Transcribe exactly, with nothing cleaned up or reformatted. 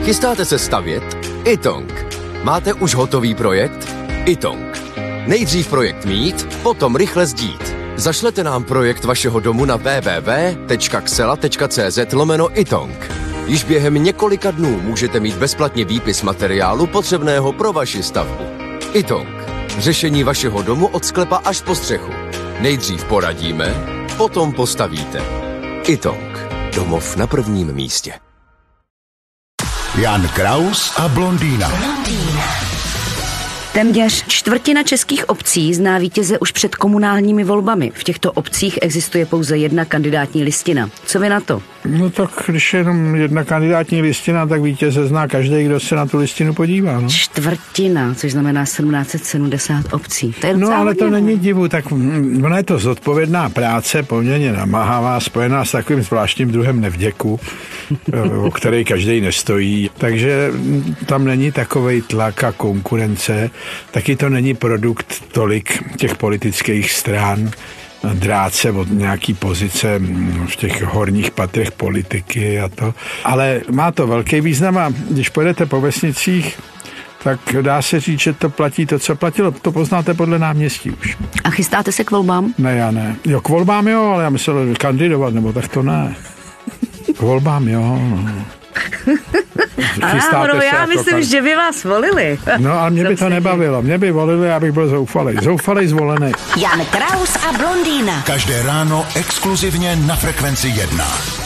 Chystáte se stavět? Itong. Máte už hotový projekt? Itong. Nejdřív projekt mít, potom rychle sdít. Zašlete nám projekt vašeho domu na w w w tečka xela tečka c z lomeno Itong. Již během několika dnů můžete mít bezplatně výpis materiálu potřebného pro vaši stavbu. Itong. Řešení vašeho domu od sklepa až po střechu. Nejdřív poradíme, potom postavíte. Itong. Domov na prvním místě. Jan Kraus a blondýna. Blondýna. Téměř čtvrtina českých obcí zná vítěze už před komunálními volbami. V těchto obcích existuje pouze jedna kandidátní listina. Co vy na to? No tak když je jenom jedna kandidátní listina, tak vítěze zná každý, kdo se na tu listinu podívá. No. Čtvrtina, což znamená sedmnáct set sedmdesát obcí. To je no ale to hodně, není divu, tak ona je to zodpovědná práce, poměrně namáhavá, spojená s takovým zvláštním druhem nevděku, o který každý nestojí. Takže tam není takovej tlak a konkurence. Taky to není produkt tolik těch politických stran, drát se od nějaký pozice v těch horních patrech politiky a to. Ale má to velký význam a když pojedete po vesnicích, tak dá se říct, že to platí to, co platilo. To poznáte podle náměstí už. A chystáte se k volbám? Ne, já ne. Jo, k volbám jo, ale já myslel kandidovat, nebo tak to ne. K volbám jo, no. A no, já myslím, kan... že by vás volili. No, ale mě by to nebavilo. Mě by volili, abych byl zoufalej. Zoufalej zvolený. Jan Kraus a blondýna. Každé ráno exkluzivně na Frekvenci jedna.